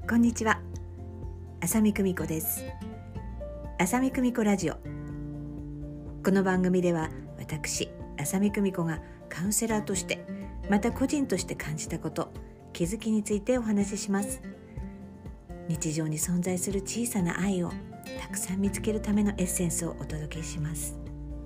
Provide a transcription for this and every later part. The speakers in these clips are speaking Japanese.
こんにちは、浅見久美子です。浅見久美子ラジオ。この番組では私浅見久美子がカウンセラーとしてまた個人として感じたこと、気づきについてお話しします。日常に存在する小さな愛をたくさん見つけるためのエッセンスをお届けします。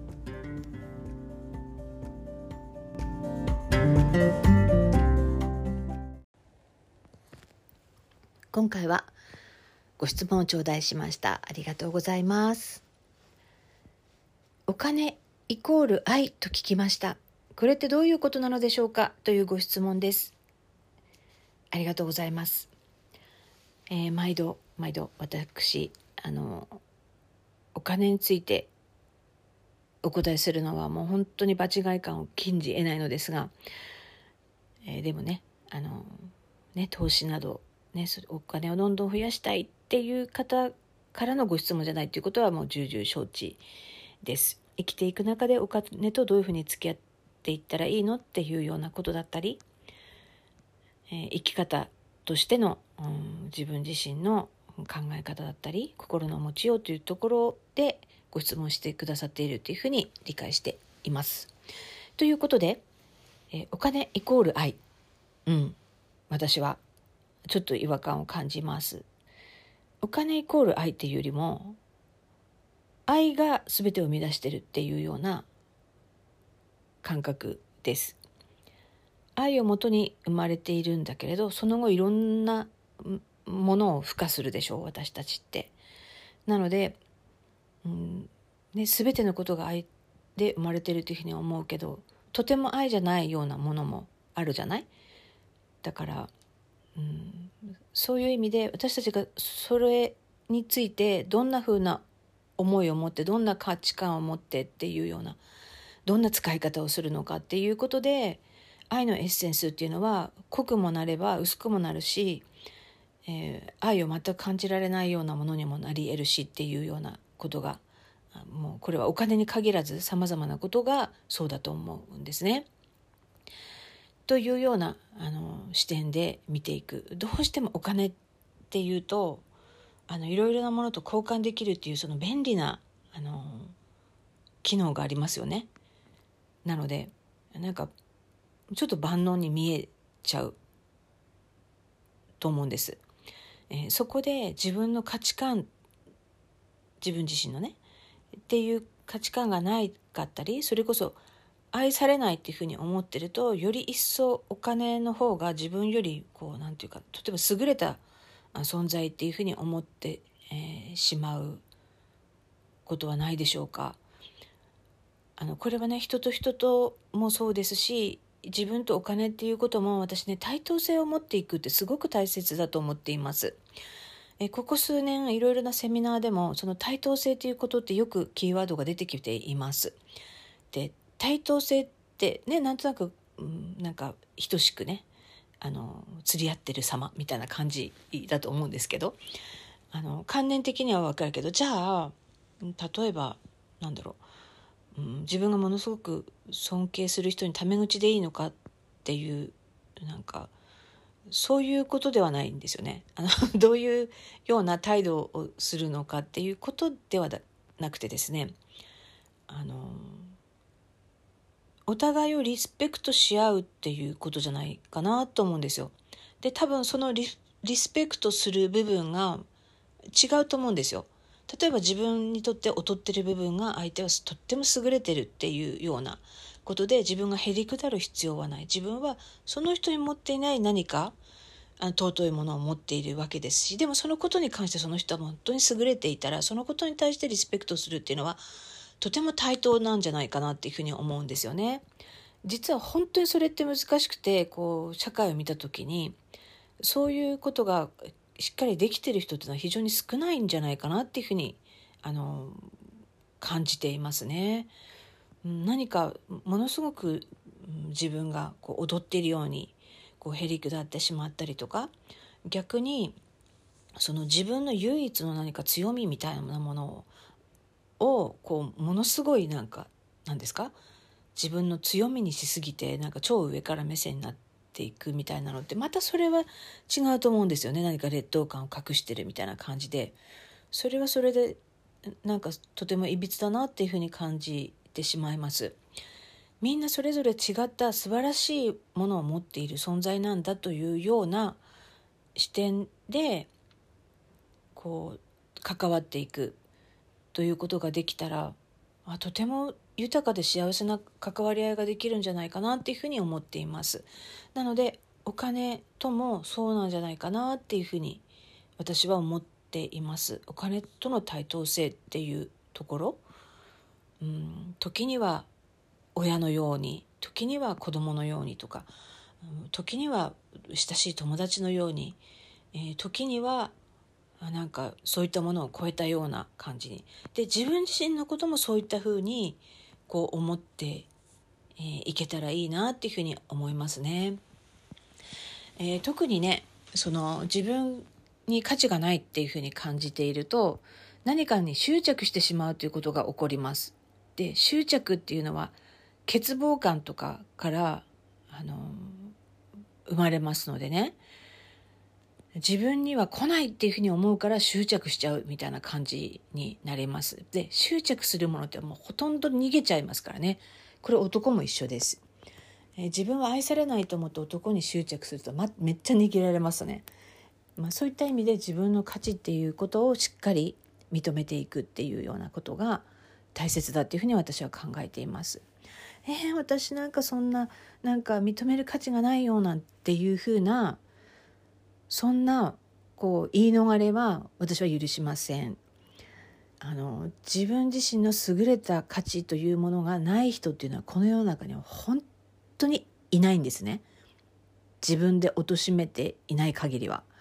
今回はご質問を頂戴しました。ありがとうございます。お金イコール愛と聞きました。これってどういうことなのでしょうか、というご質問です。ありがとうございます。毎度私お金についてお答えするのはもう本当に場違い感を禁じ得ないのですが、でもね、投資などお金をどんどん増やしたいっていう方からのご質問じゃないということはもう重々承知です。生きていく中でお金とどういうふうに付き合っていったらいいのっていうようなことだったり、生き方としての、自分自身の考え方だったり心の持ちようというところでご質問してくださっているというふうに理解しています。ということで、お金イコール愛、私はちょっと違和感を感じます。お金イコール愛っていうよりも、愛が全てを生み出してるっていうような感覚です。愛をもとに生まれているんだけれど、その後いろんなものを付加するでしょう、私たちって。なので、全てのことが愛で生まれているというふうに思うけど、とても愛じゃないようなものもあるじゃない。だから、そういう意味で私たちがそれについてどんなふうな思いを持って、どんな価値観を持ってっていうような、どんな使い方をするのかっていうことで、愛のエッセンスっていうのは濃くもなれば薄くもなるし、愛を全く感じられないようなものにもなり得るしっていうようなことが、もうこれはお金に限らず様々なことがそうだと思うんですね。というような視点で見ていく。どうしてもお金っていうといろいろなものと交換できるっていうその便利な機能がありますよね。なのでなんかちょっと万能に見えちゃうと思うんです。そこで自分の価値観、自分自身のねっていう価値観がないかったり、それこそ愛されないっていうふうに思ってると、より一層お金の方が自分よりなんていうか、とても優れた存在っていうふうに思って、しまうことはないでしょうか。これはね、人と人ともそうですし、自分とお金っていうことも私ね、対等性を持っていくってすごく大切だと思っています。ここ数年いろいろなセミナーでもその対等性ということってよくキーワードが出てきています。で、対等性ってね、なんとなく、なんか等しくね、釣り合ってる様みたいな感じだと思うんですけど、観念的には分かるけど、じゃあ例えば自分がものすごく尊敬する人にタメ口でいいのかっていう、そういうことではないんですよね。どういうような態度をするのかっていうことではなくてですね、お互いをリスペクトし合うっていうことじゃないかなと思うんですよ。で、多分そのリスペクトする部分が違うと思うんですよ。例えば自分にとって劣ってる部分が相手はとっても優れてるっていうようなことで、自分がへりくだる必要はない。自分はその人に持っていない何か尊いものを持っているわけですし、でもそのことに関してその人は本当に優れていたら、そのことに対してリスペクトするっていうのはとても対等なんじゃないかなっていうふうに思うんですよね。実は本当にそれって難しくて、社会を見た時にそういうことがしっかりできている人っていうのは非常に少ないんじゃないかなっていうふうに感じていますね。何かものすごく自分が踊っているようにへりくだってしまったりとか、逆にその自分の唯一の何か強みみたいなものをものすごい何ですか、自分の強みにしすぎて超上から目線になっていくみたいなのってまたそれは違うと思うんですよね。何か劣等感を隠してるみたいな感じで、それはそれでなんかとてもいびつだなっていうふうに感じてしまいます。みんなそれぞれ違った素晴らしいものを持っている存在なんだというような視点でこう関わっていくということができたら、とても豊かで幸せな関わり合いができるんじゃないかなっていうふうに思っています。なのでお金ともそうなんじゃないかなっていうふうに私は思っています。お金との対等性っていうところ、時には親のように、時には子供のようにとか、時には親しい友達のように、時にはなんかそういったものを超えたような感じに、で自分自身のこともそういったふうにこう思って、いけたらいいなっていうふうに思いますね。特にね、その自分に価値がないっていうふうに感じていると、何かに執着してしまうということが起こります。で、執着っていうのは欠乏感とかから生まれますのでね、自分には来ないっていうふうに思うから執着しちゃうみたいな感じになります。で、執着するものってもうほとんど逃げちゃいますからね。これ男も一緒です。自分は愛されないと思って男に執着すると、めっちゃ逃げられますね。そういった意味で自分の価値っていうことをしっかり認めていくっていうようなことが大切だっていうふうに私は考えています。私なんかそんななんか認める価値がないよなんていうふうな、そんなこう言い逃れは私は許しません。自分自身の優れた価値というものがない人っていうのはこの世の中には本当にいないんですね。自分で貶めていない限りは。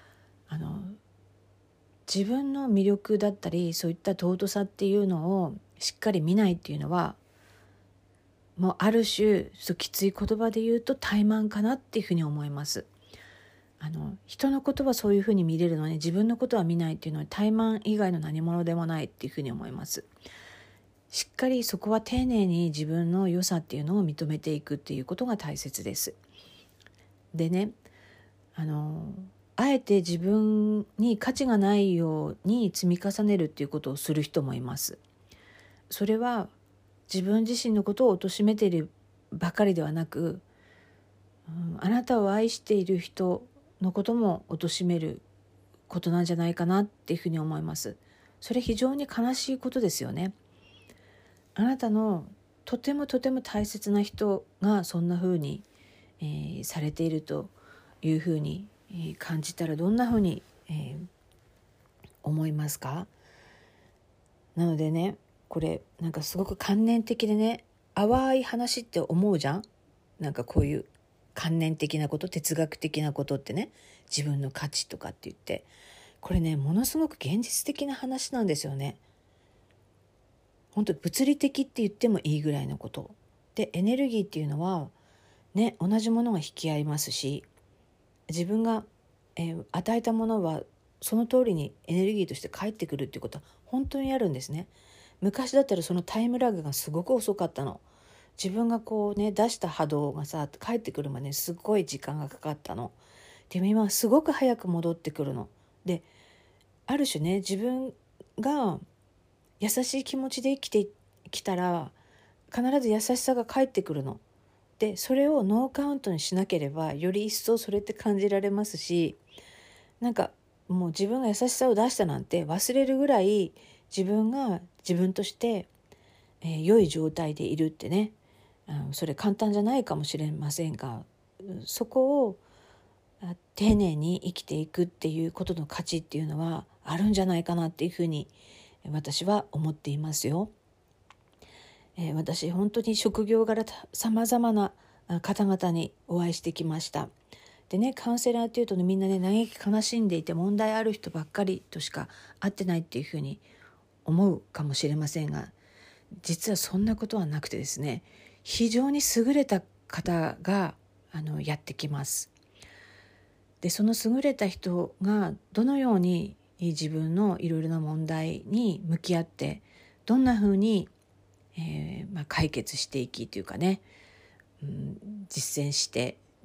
自分の魅力だったりそういった尊さっていうのをしっかり見ないっていうのは、もうある種きつい言葉で言うと怠慢かなっていうふうに思います。人のことはそういうふうに見れるのに自分のことは見ないっていうのは怠慢以外の何者でもないっていうふうに思います。しっかりそこは丁寧に自分の良さっていうのを認めていくっていうことが大切です。でね、あえて自分に価値がないように積み重ねるっていうことをする人もいます。それは自分自身のことを貶めているばかりではなく、あなたを愛している人のことも貶めることなんじゃないかなっていうふうに思います。それ非常に悲しいことですよね。あなたのとてもとても大切な人がそんなふうに、されているというふうに、感じたらどんなふうに、思いますか？なのでね、これなんかすごく観念的でね、淡い話って思うじゃん。なんかこういう観念的なこと、哲学的なことってね、自分の価値とかって言って、これね、ものすごく現実的な話なんですよね。本当物理的って言ってもいいぐらいのことで、エネルギーっていうのはね、同じものが引き合いますし、自分が、与えたものはその通りにエネルギーとして返ってくるっていうことは本当にあるんですね。昔だったらそのタイムラグがすごく遅かったの。自分がこうね出した波動がさ返ってくるまですごい時間がかかったの。でも今はすごく早く戻ってくるの。で、ある種ね、自分が優しい気持ちで生きてきたら必ず優しさが返ってくるの。で、それをノーカウントにしなければより一層それって感じられますし、なんかもう自分が優しさを出したなんて忘れるぐらい自分が自分として、良い状態でいるってね、それ簡単じゃないかもしれませんが、そこを丁寧に生きていくっていうことの価値っていうのはあるんじゃないかなっていうふうに私は思っていますよ。私本当に職業柄さまざまな方々にお会いしてきました。でね、カウンセラーっていうとね、みんなね嘆き悲しんでいて問題ある人ばっかりとしか会ってないっていうふうに思うかもしれませんが、実はそんなことはなくてですね、非常に優れた方がやってきます。で、その優れた人がどのように自分のいろいろな問題に向き合ってどんなふうに、解決していきというかね、実践して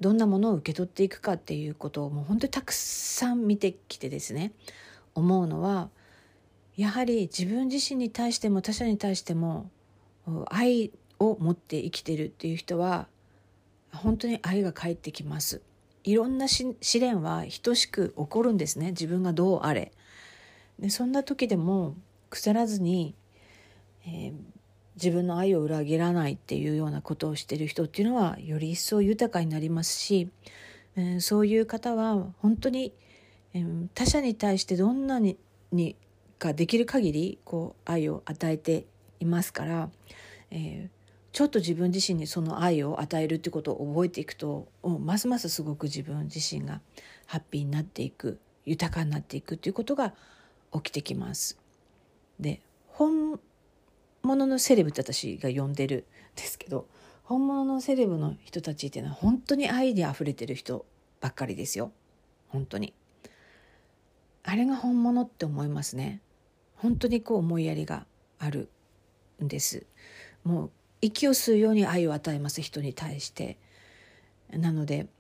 どんなものを受け取っていくかっていうことをもう本当にたくさん見てきてですね、思うのは、やはり自分自身に対しても他者に対しても愛を持って生きてるっていう人は本当に愛が返ってきます。いろんな試練は等しく起こるんですね、自分がどうあれ。でそんな時でも腐らずに、自分の愛を裏切らないっていうようなことをしている人っていうのはより一層豊かになりますし、そういう方は本当に、他者に対してどんなにができる限り愛を与えていますから、ちょっと自分自身にその愛を与えるってことを覚えていくと、ますますすごく自分自身がハッピーになっていく、豊かになっていくっていうことが起きてきます。で、本物のセレブって私が呼んでるんですけど、本物のセレブの人たちっていうのは本当に愛にあふれてる人ばっかりですよ。本当にあれが本物って思いますね。本当に思いやりがあるんです。もう息を吸うように愛を与えます、人に対して。なので、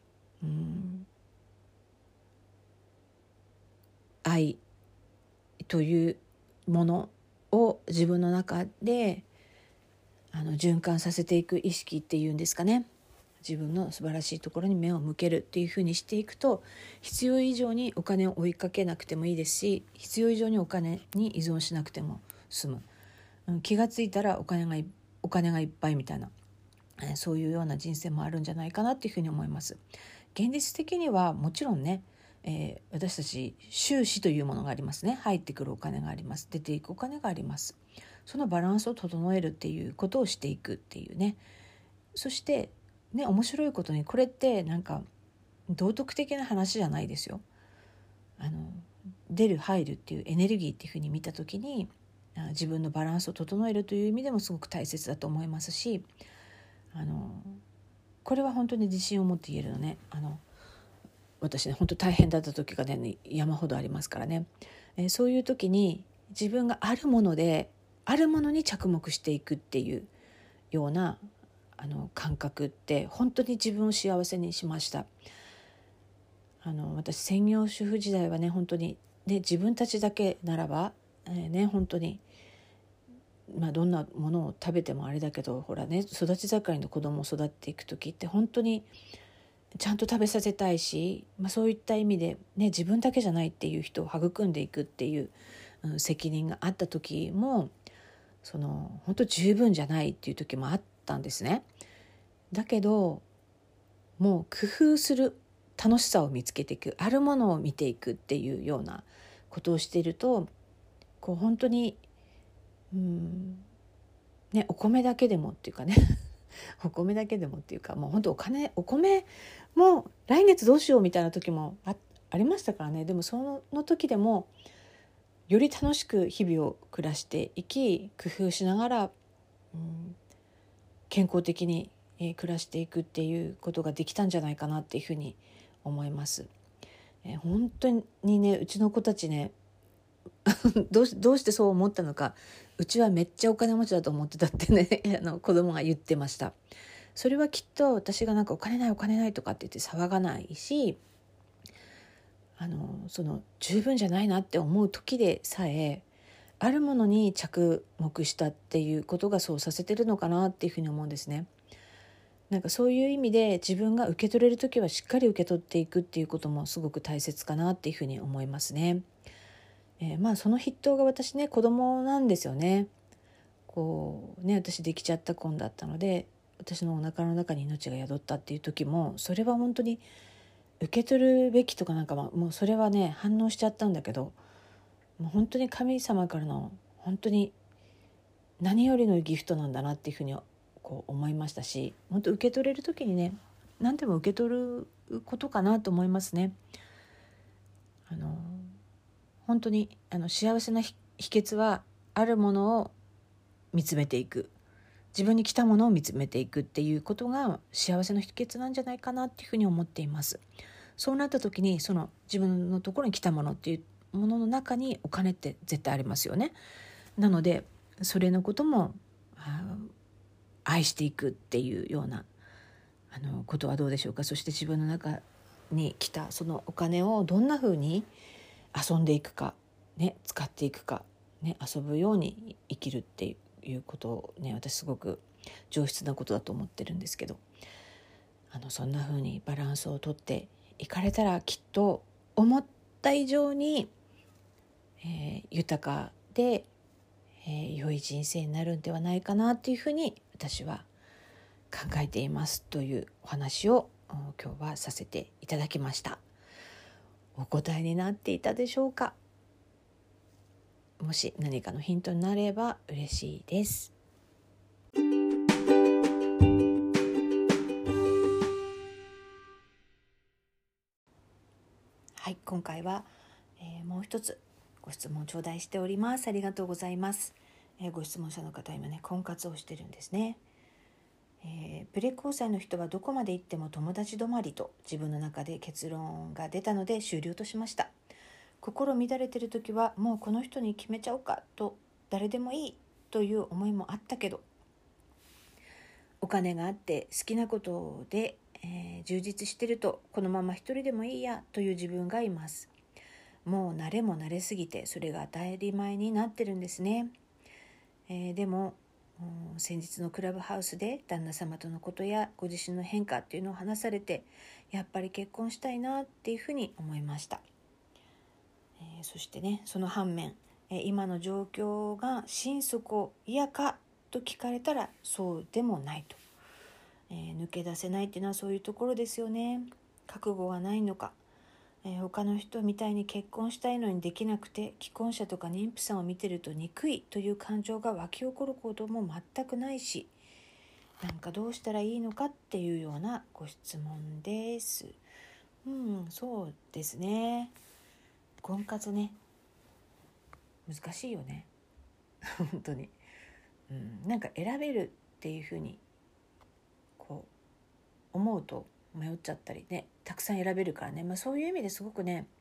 愛というものを自分の中で循環させていく意識っていうんですかね。自分の素晴らしいところに目を向けるっていうふうにしていくと、必要以上にお金を追いかけなくてもいいですし、必要以上にお金に依存しなくても済む。気がついたらお金がいっぱいみたいな、そういうような人生もあるんじゃないかなっていうふうに思います。現実的にはもちろんね、私たち収支というものがありますね。入ってくるお金があります。出ていくお金があります。そのバランスを整えるっていうことをしていくっていうね。そしてね、面白いことにこれってなんか道徳的な話じゃないですよ。出る入るっていうエネルギーっていうふうに見た時に、自分のバランスを整えるという意味でもすごく大切だと思いますし、これは本当に自信を持って言えるのね。私ね、本当大変だった時がね山ほどありますからね、そういう時に自分があるものであるものに着目していくっていうような感覚って本当に自分を幸せにしました。私専業主婦時代はね、本当に、ね、自分たちだけならば、本当に、どんなものを食べてもあれだけど、ほらね、育ち盛りの子供を育っていく時って本当にちゃんと食べさせたいし、そういった意味で、ね、自分だけじゃないっていう人を育んでいくっていう、責任があった時も本当十分じゃないっていう時もあったんですね。だけどもう工夫する楽しさを見つけていく、あるものを見ていくっていうようなことをしていると、本当にお米だけでもっていうかねお米だけでもっていうか、もう本当お米も来月どうしようみたいな時もありましたからね。でもその時でもより楽しく日々を暮らしていき、工夫しながら、健康的に暮らしていくっていうことができたんじゃないかなっていうふうに思います。本当にね、うちの子たちねどうしてそう思ったのか、うちはめっちゃお金持ちだと思ってたってね子供が言ってました。それはきっと私がなんかお金ないとかって言って騒がないし、十分じゃないなって思う時でさえあるものに着目したっていうことがそうさせてるのかなっていうふうに思うんですね。なんかそういう意味で自分が受け取れる時はしっかり受け取っていくっていうこともすごく大切かなっていうふうに思いますね。その筆頭が私ね、子供なんですよね。私できちゃった婚だったので、私のお腹の中に命が宿ったっていう時も、それは本当に受け取るべきとかもうそれはね反応しちゃったんだけど、もう本当に神様からの本当に何よりのギフトなんだなっていうふうに思いましたし、本当受け取れる時にね、何でも受け取ることかなと思いますね。本当に幸せな秘訣はあるものを見つめていく、自分に来たものを見つめていくっていうことが幸せの秘訣なんじゃないかなっていうふうに思っています。そうなった時に自分のところに来たものっていうものの中にお金って絶対ありますよね。なのでそれのことも愛していくっていうようなことはどうでしょうか。そして自分の中に来たそのお金をどんな風に遊んでいくか、ね、使っていくか、ね、遊ぶように生きるっていうことをね、私すごく上質なことだと思ってるんですけど、そんな風にバランスをとっていかれたら、きっと思った以上に、豊かで、良い人生になるんではないかなというふうに私は考えていますというお話を今日はさせていただきました。お答えになっていたでしょうか。もし何かのヒントになれば嬉しいです。はい、今回は、もう一つご質問を頂戴しております。ありがとうございます。ご質問者の方は今ね、婚活をしてるんですね。プレ交際の人はどこまで行っても友達止まりと自分の中で結論が出たので終了としました。心乱れてる時はもうこの人に決めちゃおうかと、誰でもいいという思いもあったけど、お金があって好きなことで、充実してるとこのまま一人でもいいやという自分がいます。もう慣れも慣れすぎてそれが当たり前になってるんですね。でも先日のクラブハウスで旦那様とのことやご自身の変化っていうのを話されて、やっぱり結婚したいなっていうふうに思いました。そしてね、その反面、今の状況が心底嫌かと聞かれたらそうでもないと、抜け出せないっていうのはそういうところですよね。覚悟がないのか、他の人みたいに結婚したいのにできなくて既婚者とか妊婦さんを見てると憎いという感情が湧き起こることも全くないし、なんかどうしたらいいのかっていうようなご質問です。そうですね。婚活ね、難しいよね本当に、なんか選べるっていうふうにこう思うと迷っちゃったりね、たくさん選べるからね、そういう意味ですごくね、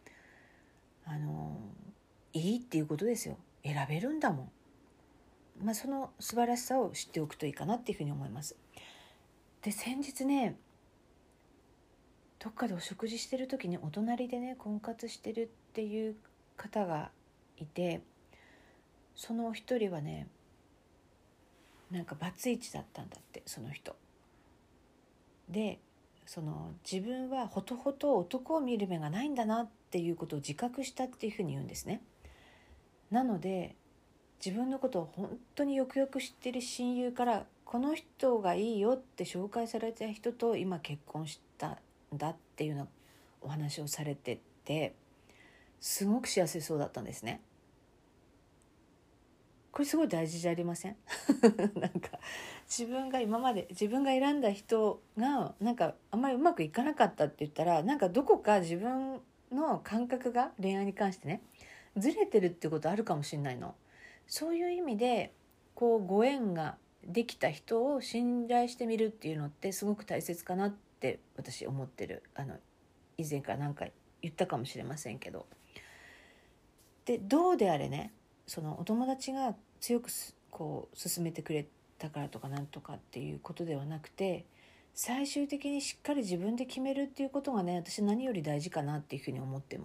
いいっていうことですよ。選べるんだもん。その素晴らしさを知っておくといいかなっていうふうに思います。で、先日ね、どっかでお食事してる時にお隣でね、婚活してるっていう方がいて、その一人はね、なんかバツイチだったんだって、その人で、その自分はほとほと男を見る目がないんだなっていうことを自覚したっていうふうに言うんですね。なので自分のことを本当によくよく知っている親友から、この人がいいよって紹介された人と今結婚したんだっていうようなお話をされてて、すごく幸せそうだったんですね。これすごい大事じゃありませんなんか自分が今まで自分が選んだ人がなんかあんまりうまくいかなかったって言ったら、なんかどこか自分の感覚が恋愛に関してねずれてるってことあるかもしれないの。そういう意味でこうご縁ができた人を信頼してみるっていうのってすごく大切かなって私思ってる。以前から何回言ったかもしれませんけど、でどうであれね、そのお友達が強くこう勧めてくれたからとかなんとかっていうことではなくて、最終的にしっかり自分で決めるっていうことがね、私何より大事かなっていうふうに思ってます。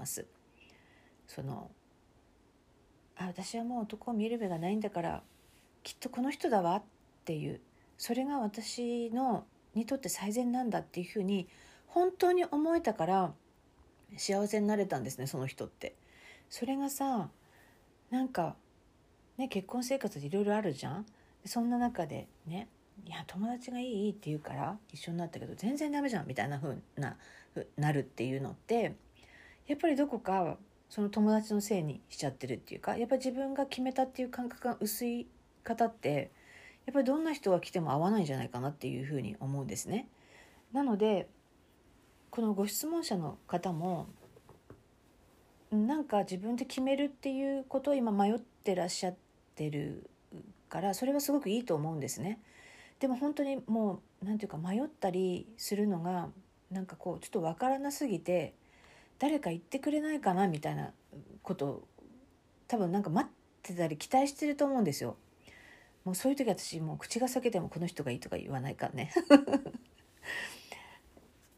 私はもう男を見る目がないんだからきっとこの人だわっていう、それが私にとって最善なんだっていうふうに本当に思えたから幸せになれたんですね、その人って。それがさ、なんかね、結婚生活でいろいろあるじゃん。そんな中でね、いや友達がいいって言うから一緒になったけど全然ダメじゃんみたいな風なるっていうのって、やっぱりどこかその友達のせいにしちゃってるっていうか、やっぱり自分が決めたっていう感覚が薄い方ってやっぱりどんな人が来ても合わないんじゃないかなっていう風に思うんですね。なのでこのご質問者の方もなんか自分で決めるっていうことを今迷ってらっしゃってるから、それはすごくいいと思うんですね。でも本当にもうなんていうか迷ったりするのがなんかこうちょっとわからなすぎて、誰か言ってくれないかなみたいなことを多分なんか待ってたり期待してると思うんですよ。もうそういう時私もう口が裂けてもこの人がいいとか言わないからね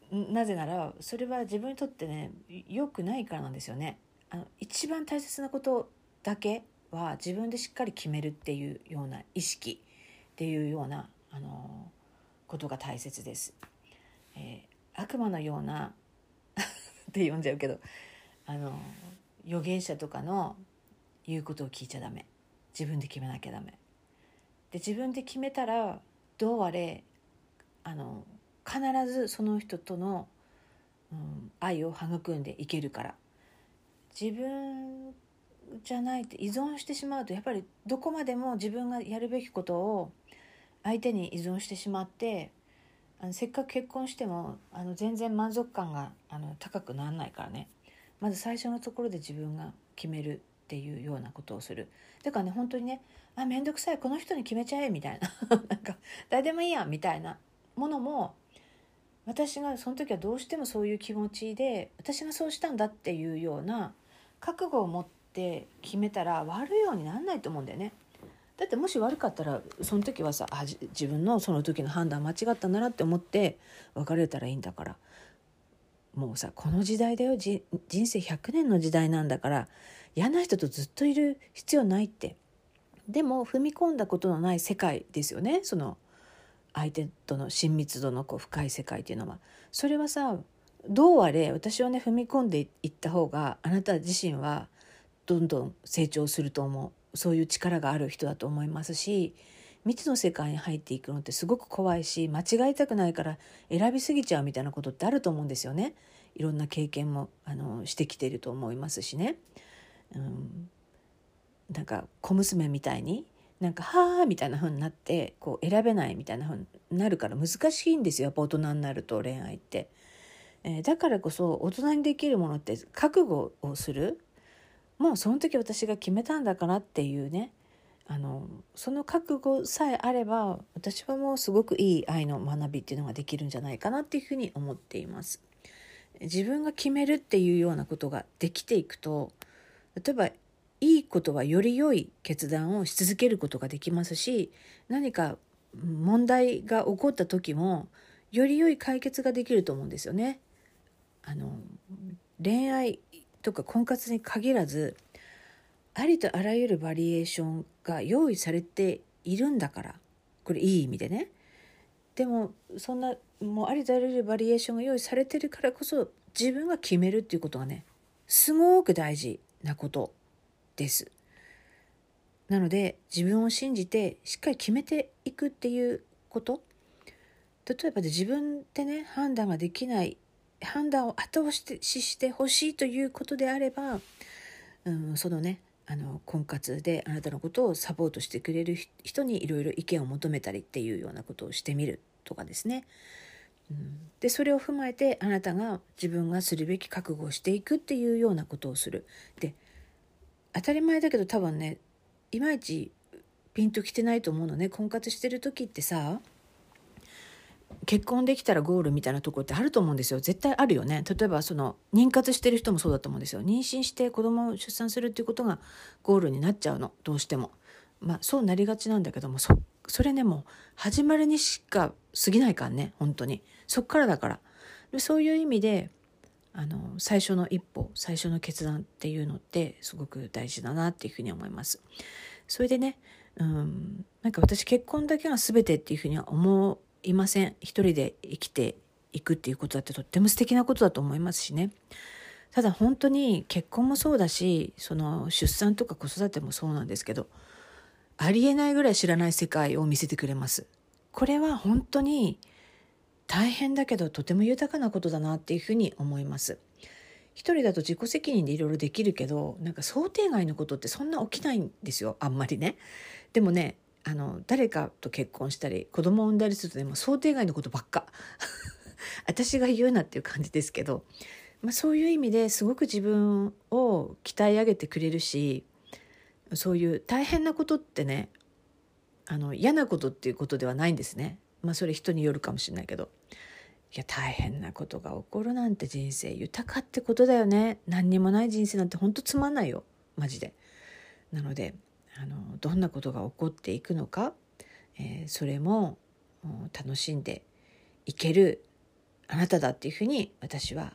なぜならそれは自分にとってね良くないからなんですよね。一番大切なことだけは自分でしっかり決めるっていうような意識っていうようなことが大切です。悪魔のようなって呼んじゃうけど預言者とかの言うことを聞いちゃダメ。自分で決めなきゃダメで、自分で決めたらどうあれ必ずその人との、愛を育んでいけるから。自分じゃないって依存してしまうと、やっぱりどこまでも自分がやるべきことを相手に依存してしまって、せっかく結婚しても全然満足感が高くならないからね。まず最初のところで自分が決めるっていうようなことをする。だからね、本当にね、めんどくさい、この人に決めちゃえみたいななんか誰でもいいやみたいなものも、私がその時はどうしてもそういう気持ちで、私がそうしたんだっていうような覚悟を持って決めたら悪いようにならないと思うんだよね。だってもし悪かったらその時はさ、自分のその時の判断間違ったんだなって思って別れたらいいんだから。もうさ、この時代だよ、人生100年の時代なんだから、嫌な人とずっといる必要ないって。でも踏み込んだことのない世界ですよね、その相手との親密度の深い世界っていうのは。それはさ、どうあれ私はね、踏み込んでいった方があなた自身はどんどん成長すると思う。そういう力がある人だと思いますし、未知の世界に入っていくのってすごく怖いし、間違いたくないから選びすぎちゃうみたいなことってあると思うんですよね。いろんな経験もしてきていると思いますしね。なんか小娘みたいになんかはーみたいな風になって選べないみたいな風になるから難しいんですよ、やっぱ大人になると恋愛って。だからこそ大人にできるものって覚悟をする。もうその時私が決めたんだからっていうね、その覚悟さえあれば、私はもうすごくいい愛の学びっていうのができるんじゃないかなっていうふうに思っています。自分が決めるっていうようなことができていくと、例えばいいことはより良い決断をし続けることができますし、何か問題が起こった時もより良い解決ができると思うんですよね。恋愛とか婚活に限らず、ありとあらゆるバリエーションが用意されているんだから、これいい意味でね。でもそんなもうありとあらゆるバリエーションが用意されてるからこそ、自分が決めるっていうことがね、すごく大事なことです。なので自分を信じてしっかり決めていくっていうこと。例えばで自分でね、判断ができない、判断を後押ししてほしいということであれば、そのね、婚活であなたのことをサポートしてくれる人にいろいろ意見を求めたりっていうようなことをしてみるとかですね。でそれを踏まえてあなたが自分がするべき覚悟をしていくっていうようなことをする。で当たり前だけど多分ね、いまいちピンときてないと思うのね。婚活してる時ってさ、結婚できたらゴールみたいなところってあると思うんですよ。絶対あるよね。例えばその妊活してる人もそうだと思うんですよ。妊娠して子供を出産するっていうことがゴールになっちゃうの、どうしても。そうなりがちなんだけども、それね、もう始まりにしか過ぎないからね、本当にそっからだから。でそういう意味で最初の一歩、最初の決断っていうのってすごく大事だなっていうふうに思います。それでね、なんか私結婚だけが全てっていうふうには思いません。一人で生きていくっていうことだってとっても素敵なことだと思いますしね。ただ本当に結婚もそうだし、その出産とか子育てもそうなんですけど、ありえないぐらい知らない世界を見せてくれます。これは本当に大変だけどとても豊かなことだなっていうふうに思います。一人だと自己責任でいろいろできるけど、なんか想定外のことってそんな起きないんですよ、あんまりね。でもね、誰かと結婚したり子供を産んだりするとね、もう想定外のことばっか私が言うなっていう感じですけど、そういう意味ですごく自分を鍛え上げてくれるし、そういう大変なことってね、嫌なことっていうことではないんですね。それ人によるかもしれないけど、いや大変なことが起こるなんて人生豊かってことだよね。何にもない人生なんて本当つまんないよ、マジで。なのでどんなことが起こっていくのか、それも楽しんでいけるあなただっていうふうに私は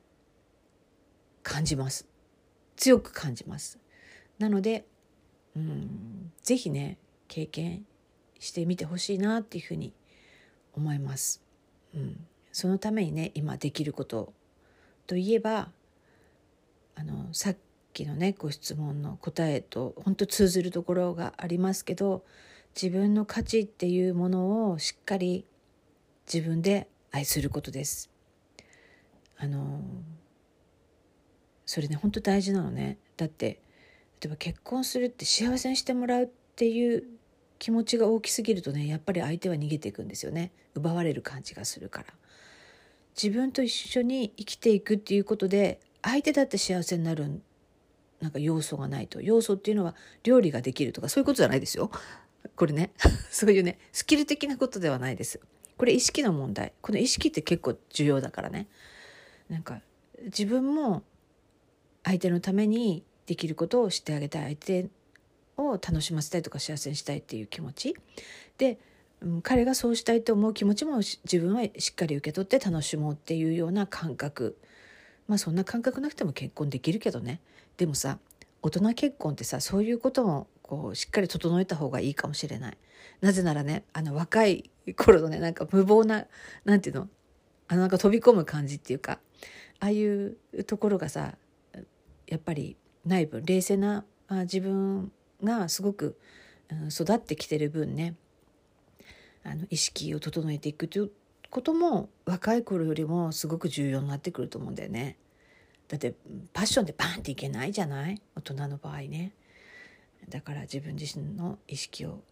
感じます。強く感じます。なので、ぜひね経験してみてほしいなっていうふうに思います。そのためにね今できることといえばさっきのねご質問の答えと本当通ずるところがありますけど、自分の価値っていうものをしっかり自分で愛することです。それね本当大事なのね。だって例えば結婚するって幸せにしてもらうっていう気持ちが大きすぎるとねやっぱり相手は逃げていくんですよね。奪われる感じがするから。自分と一緒に生きていくっていうことで相手だって幸せになるなんか要素がないと。要素っていうのは料理ができるとかそういうことじゃないですよ。これねそういうねスキル的なことではないです。これ意識の問題。この意識って結構重要だからね。なんか自分も相手のためにできることをしてあげたい、相手を楽しませたいとか幸せにしたいっていう気持ちで、彼がそうしたいと思う気持ちも自分はしっかり受け取って楽しもうっていうような感覚。そんな感覚なくても結婚できるけどね。でもさ大人結婚ってさそういうこともしっかり整えた方がいいかもしれない。なぜならね若い頃のねなんか無謀ななんていうのなんか飛び込む感じっていうかああいうところがさやっぱりない分冷静な自分がすごく、育ってきてる分ね意識を整えていくということも若い頃よりもすごく重要になってくると思うんだよね。だってパッションでバーンっていけないじゃない、大人の場合ね。だから自分自身の意識を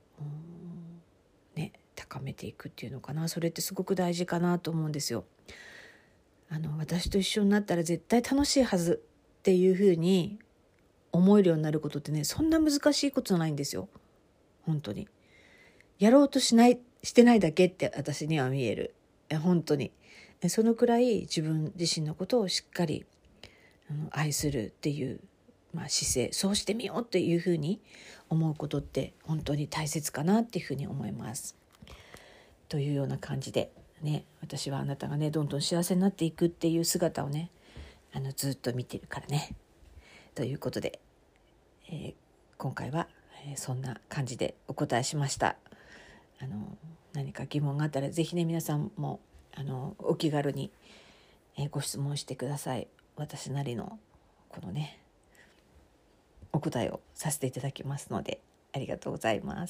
高めていくっていうのかな。それってすごく大事かなと思うんですよ。私と一緒になったら絶対楽しいはずっていうふうに思えるようになることってねそんな難しいことじゃないんですよ。本当にやろうとしてないだけって私には見える。本当にそのくらい自分自身のことをしっかり愛するっていう、姿勢、そうしてみようっていうふうに思うことって本当に大切かなっていうふうに思います。というような感じでね、私はあなたがねどんどん幸せになっていくっていう姿をねずっと見てるからね。ということで、今回は、そんな感じでお答えしました。何か疑問があったらぜひね皆さんもお気軽に、ご質問してください。私なりのこのねお答えをさせていただきますのでありがとうございます。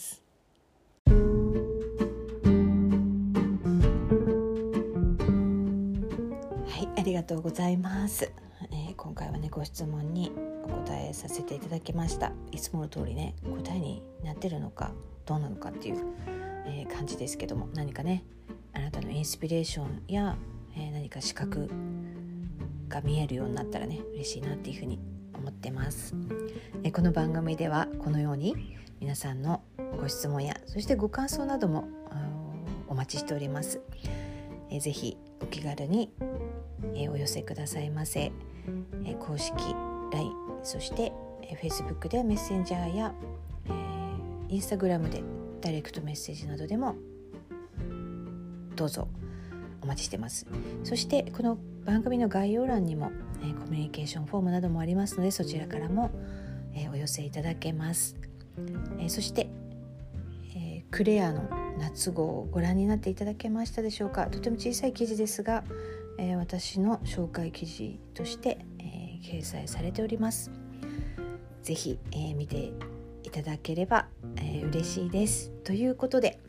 ありがとうございます。今回はねご質問にお答えさせていただきました。いつもの通りね答えになってるのかどうなのかっていう、感じですけども、何かねあなたのインスピレーションや、何か視覚が見えるようになったらね嬉しいなっていうふうに思ってます。この番組ではこのように皆さんのご質問やそしてご感想などもお待ちしております。ぜひお気軽にお寄せくださいませ。公式 LINE そして Facebook でメッセンジャーや、Instagram でダイレクトメッセージなどでもどうぞお待ちしてます。そしてこの番組の概要欄にも、コミュニケーションフォームなどもありますのでそちらからも、お寄せいただけます。そして、クレアの夏号をご覧になっていただけましたでしょうか。とても小さい記事ですが、私の紹介記事として、掲載されております。ぜひ、見ていただければ、嬉しいです。ということで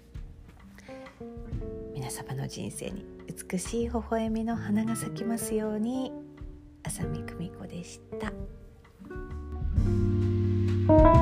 皆様の人生に美しい微笑みの花が咲きますように。浅見久美子でした。